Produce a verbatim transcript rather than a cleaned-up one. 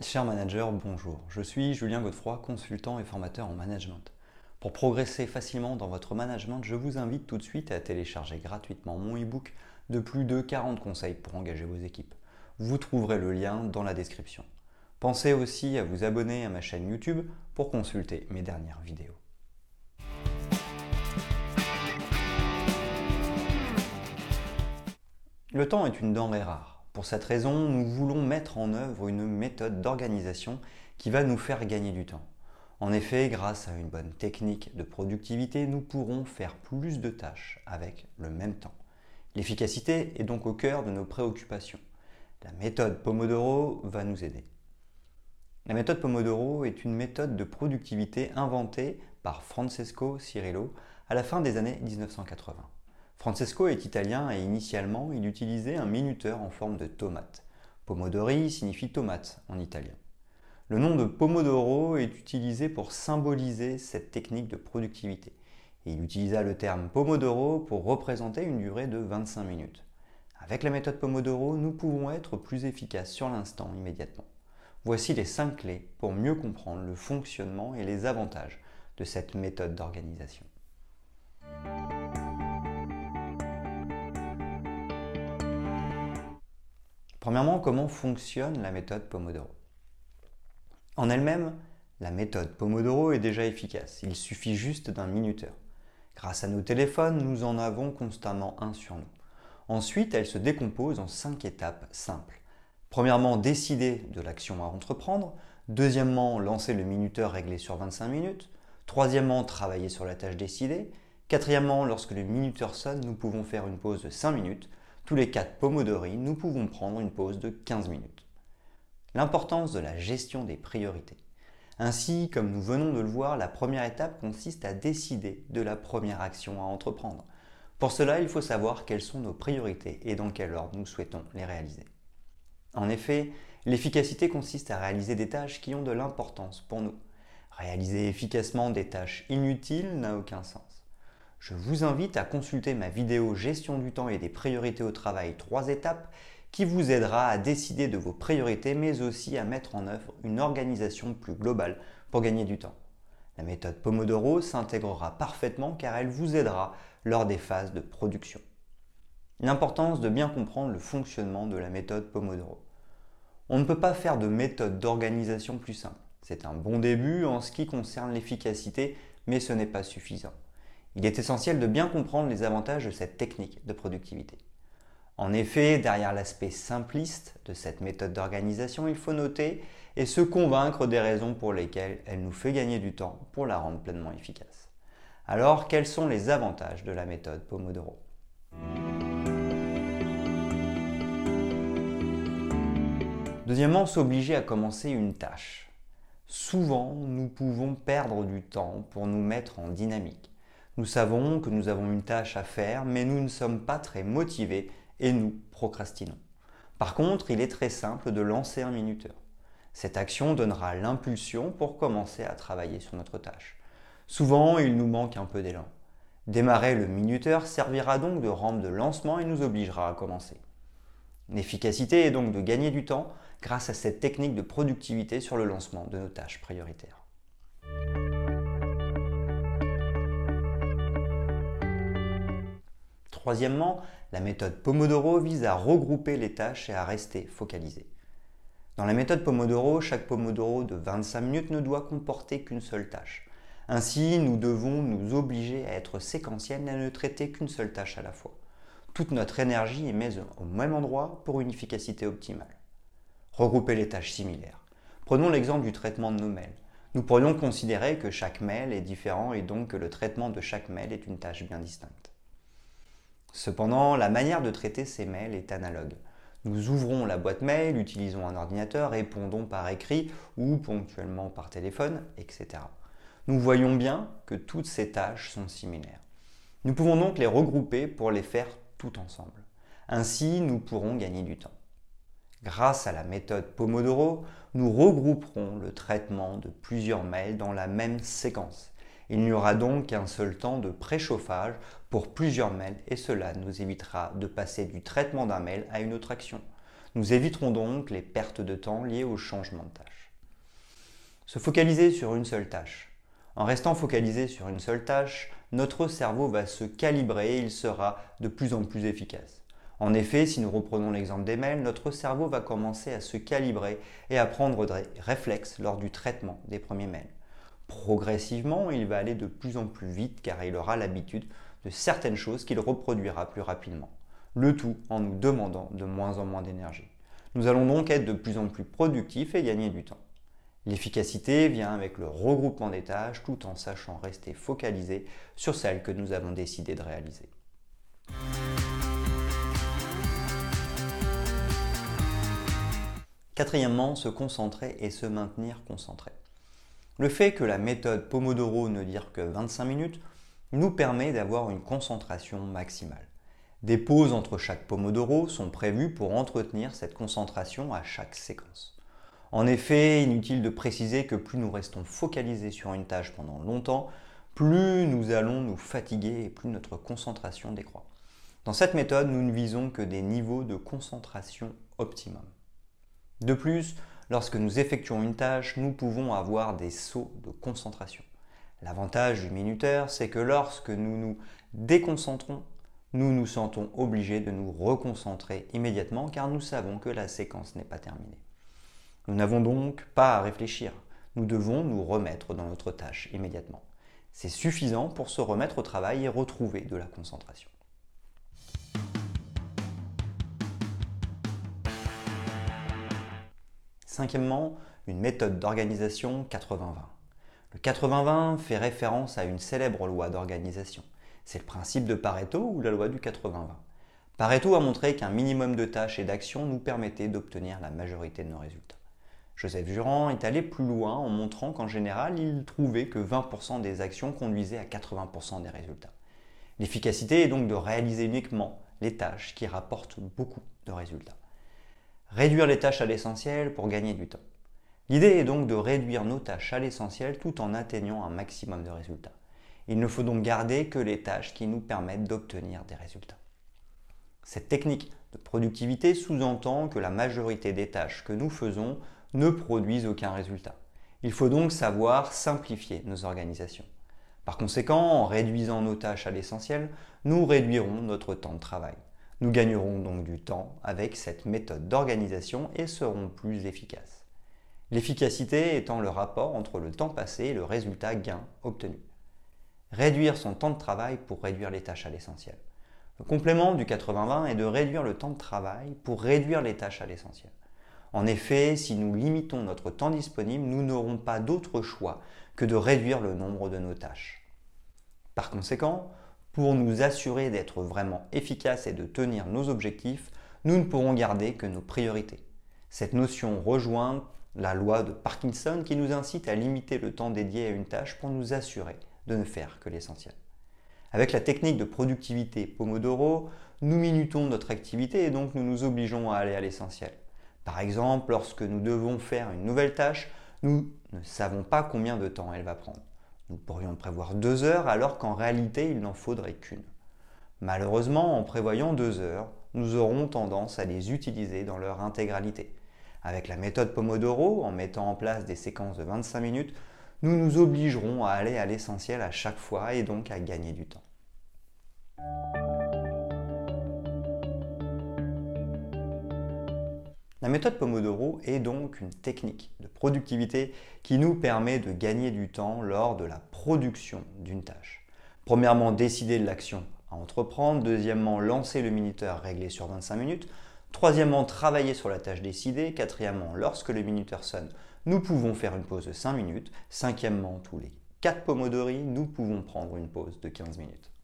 Cher manager, bonjour. Je suis Julien Godefroy, consultant et formateur en management. Pour progresser facilement dans votre management, je vous invite tout de suite à télécharger gratuitement mon e-book de plus de quarante conseils pour engager vos équipes. Vous trouverez le lien dans la description. Pensez aussi à vous abonner à ma chaîne YouTube pour consulter mes dernières vidéos. Le temps est une denrée rare. Pour cette raison, nous voulons mettre en œuvre une méthode d'organisation qui va nous faire gagner du temps. En effet, grâce à une bonne technique de productivité, nous pourrons faire plus de tâches avec le même temps. L'efficacité est donc au cœur de nos préoccupations. La méthode Pomodoro va nous aider. La méthode Pomodoro est une méthode de productivité inventée par Francesco Cirillo à la fin des années mille neuf cent quatre-vingts. Francesco est italien et initialement il utilisait un minuteur en forme de tomate. Pomodori signifie tomate en italien. Le nom de Pomodoro est utilisé pour symboliser cette technique de productivité. Et il utilisa le terme Pomodoro pour représenter une durée de vingt-cinq minutes. Avec la méthode Pomodoro, nous pouvons être plus efficaces sur l'instant immédiatement. Voici les cinq clés pour mieux comprendre le fonctionnement et les avantages de cette méthode d'organisation. Premièrement, comment fonctionne la méthode Pomodoro? En elle-même, la méthode Pomodoro est déjà efficace. Il suffit juste d'un minuteur. Grâce à nos téléphones, nous en avons constamment un sur nous. Ensuite, elle se décompose en cinq étapes simples. Premièrement, décider de l'action à entreprendre. Deuxièmement, lancer le minuteur réglé sur vingt-cinq minutes. Troisièmement, travailler sur la tâche décidée. Quatrièmement, lorsque le minuteur sonne, nous pouvons faire une pause de cinq minutes. Tous les quatre Pomodori, nous pouvons prendre une pause de quinze minutes. L'importance de la gestion des priorités. Ainsi, comme nous venons de le voir, la première étape consiste à décider de la première action à entreprendre. Pour cela, il faut savoir quelles sont nos priorités et dans quel ordre nous souhaitons les réaliser. En effet, l'efficacité consiste à réaliser des tâches qui ont de l'importance pour nous. Réaliser efficacement des tâches inutiles n'a aucun sens. Je vous invite à consulter ma vidéo Gestion du temps et des priorités au travail trois étapes qui vous aidera à décider de vos priorités mais aussi à mettre en œuvre une organisation plus globale pour gagner du temps. La méthode Pomodoro s'intégrera parfaitement car elle vous aidera lors des phases de production. L'importance de bien comprendre le fonctionnement de la méthode Pomodoro. On ne peut pas faire de méthode d'organisation plus simple. C'est un bon début en ce qui concerne l'efficacité, mais ce n'est pas suffisant. Il est essentiel de bien comprendre les avantages de cette technique de productivité. En effet, derrière l'aspect simpliste de cette méthode d'organisation, il faut noter et se convaincre des raisons pour lesquelles elle nous fait gagner du temps pour la rendre pleinement efficace. Alors, quels sont les avantages de la méthode Pomodoro? Deuxièmement, s'obliger à commencer une tâche. Souvent, nous pouvons perdre du temps pour nous mettre en dynamique. Nous savons que nous avons une tâche à faire, mais nous ne sommes pas très motivés et nous procrastinons. Par contre, il est très simple de lancer un minuteur. Cette action donnera l'impulsion pour commencer à travailler sur notre tâche. Souvent, il nous manque un peu d'élan. Démarrer le minuteur servira donc de rampe de lancement et nous obligera à commencer. L'efficacité est donc de gagner du temps grâce à cette technique de productivité sur le lancement de nos tâches prioritaires. Troisièmement, la méthode Pomodoro vise à regrouper les tâches et à rester focalisé. Dans la méthode Pomodoro, chaque Pomodoro de vingt-cinq minutes ne doit comporter qu'une seule tâche. Ainsi, nous devons nous obliger à être séquentiels et à ne traiter qu'une seule tâche à la fois. Toute notre énergie est mise au même endroit pour une efficacité optimale. Regrouper les tâches similaires. Prenons l'exemple du traitement de nos mails. Nous pourrions considérer que chaque mail est différent et donc que le traitement de chaque mail est une tâche bien distincte. Cependant, la manière de traiter ces mails est analogue. Nous ouvrons la boîte mail, utilisons un ordinateur, répondons par écrit ou ponctuellement par téléphone, et cetera. Nous voyons bien que toutes ces tâches sont similaires. Nous pouvons donc les regrouper pour les faire tout ensemble. Ainsi, nous pourrons gagner du temps. Grâce à la méthode Pomodoro, nous regrouperons le traitement de plusieurs mails dans la même séquence. Il n'y aura donc qu'un seul temps de préchauffage pour plusieurs mails et cela nous évitera de passer du traitement d'un mail à une autre action. Nous éviterons donc les pertes de temps liées au changement de tâche. Se focaliser sur une seule tâche. En restant focalisé sur une seule tâche, notre cerveau va se calibrer et il sera de plus en plus efficace. En effet, si nous reprenons l'exemple des mails, notre cerveau va commencer à se calibrer et à prendre des réflexes lors du traitement des premiers mails. Progressivement, il va aller de plus en plus vite car il aura l'habitude de certaines choses qu'il reproduira plus rapidement. Le tout en nous demandant de moins en moins d'énergie. Nous allons donc être de plus en plus productifs et gagner du temps. L'efficacité vient avec le regroupement des tâches tout en sachant rester focalisé sur celles que nous avons décidé de réaliser. Quatrièmement, se concentrer et se maintenir concentré. Le fait que la méthode Pomodoro ne dure que vingt-cinq minutes nous permet d'avoir une concentration maximale. Des pauses entre chaque Pomodoro sont prévues pour entretenir cette concentration à chaque séquence. En effet, inutile de préciser que plus nous restons focalisés sur une tâche pendant longtemps, plus nous allons nous fatiguer et plus notre concentration décroît. Dans cette méthode, nous ne visons que des niveaux de concentration optimum. De plus, lorsque nous effectuons une tâche, nous pouvons avoir des sauts de concentration. L'avantage du minuteur, c'est que lorsque nous nous déconcentrons, nous nous sentons obligés de nous reconcentrer immédiatement car nous savons que la séquence n'est pas terminée. Nous n'avons donc pas à réfléchir, nous devons nous remettre dans notre tâche immédiatement. C'est suffisant pour se remettre au travail et retrouver de la concentration. Cinquièmement, une méthode d'organisation quatre-vingts vingt. Le quatre-vingts vingt fait référence à une célèbre loi d'organisation. C'est le principe de Pareto ou la loi du quatre-vingts vingt. Pareto a montré qu'un minimum de tâches et d'actions nous permettait d'obtenir la majorité de nos résultats. Joseph Juran est allé plus loin en montrant qu'en général, il trouvait que vingt pour cent des actions conduisaient à quatre-vingts pour cent des résultats. L'efficacité est donc de réaliser uniquement les tâches qui rapportent beaucoup de résultats. Réduire les tâches à l'essentiel pour gagner du temps. L'idée est donc de réduire nos tâches à l'essentiel tout en atteignant un maximum de résultats. Il ne faut donc garder que les tâches qui nous permettent d'obtenir des résultats. Cette technique de productivité sous-entend que la majorité des tâches que nous faisons ne produisent aucun résultat. Il faut donc savoir simplifier nos organisations. Par conséquent, en réduisant nos tâches à l'essentiel, nous réduirons notre temps de travail. Nous gagnerons donc du temps avec cette méthode d'organisation et serons plus efficaces. L'efficacité étant le rapport entre le temps passé et le résultat gain obtenu. Réduire son temps de travail pour réduire les tâches à l'essentiel. Le complément du quatre-vingts vingt est de réduire le temps de travail pour réduire les tâches à l'essentiel. En effet, si nous limitons notre temps disponible, nous n'aurons pas d'autre choix que de réduire le nombre de nos tâches. Par conséquent, pour nous assurer d'être vraiment efficaces et de tenir nos objectifs, nous ne pourrons garder que nos priorités. Cette notion rejoint la loi de Parkinson qui nous incite à limiter le temps dédié à une tâche pour nous assurer de ne faire que l'essentiel. Avec la technique de productivité Pomodoro, nous minutons notre activité et donc nous nous obligeons à aller à l'essentiel. Par exemple, lorsque nous devons faire une nouvelle tâche, nous ne savons pas combien de temps elle va prendre. Nous pourrions prévoir deux heures alors qu'en réalité il n'en faudrait qu'une. Malheureusement, en prévoyant deux heures, nous aurons tendance à les utiliser dans leur intégralité. Avec la méthode Pomodoro, en mettant en place des séquences de vingt-cinq minutes, nous nous obligerons à aller à l'essentiel à chaque fois et donc à gagner du temps. La méthode Pomodoro est donc une technique de productivité qui nous permet de gagner du temps lors de la production d'une tâche. Premièrement, décider de l'action à entreprendre. Deuxièmement, lancer le minuteur réglé sur vingt-cinq minutes. Troisièmement, travailler sur la tâche décidée. Quatrièmement, lorsque le minuteur sonne, nous pouvons faire une pause de cinq minutes. Cinquièmement, tous les quatre Pomodori, nous pouvons prendre une pause de quinze minutes.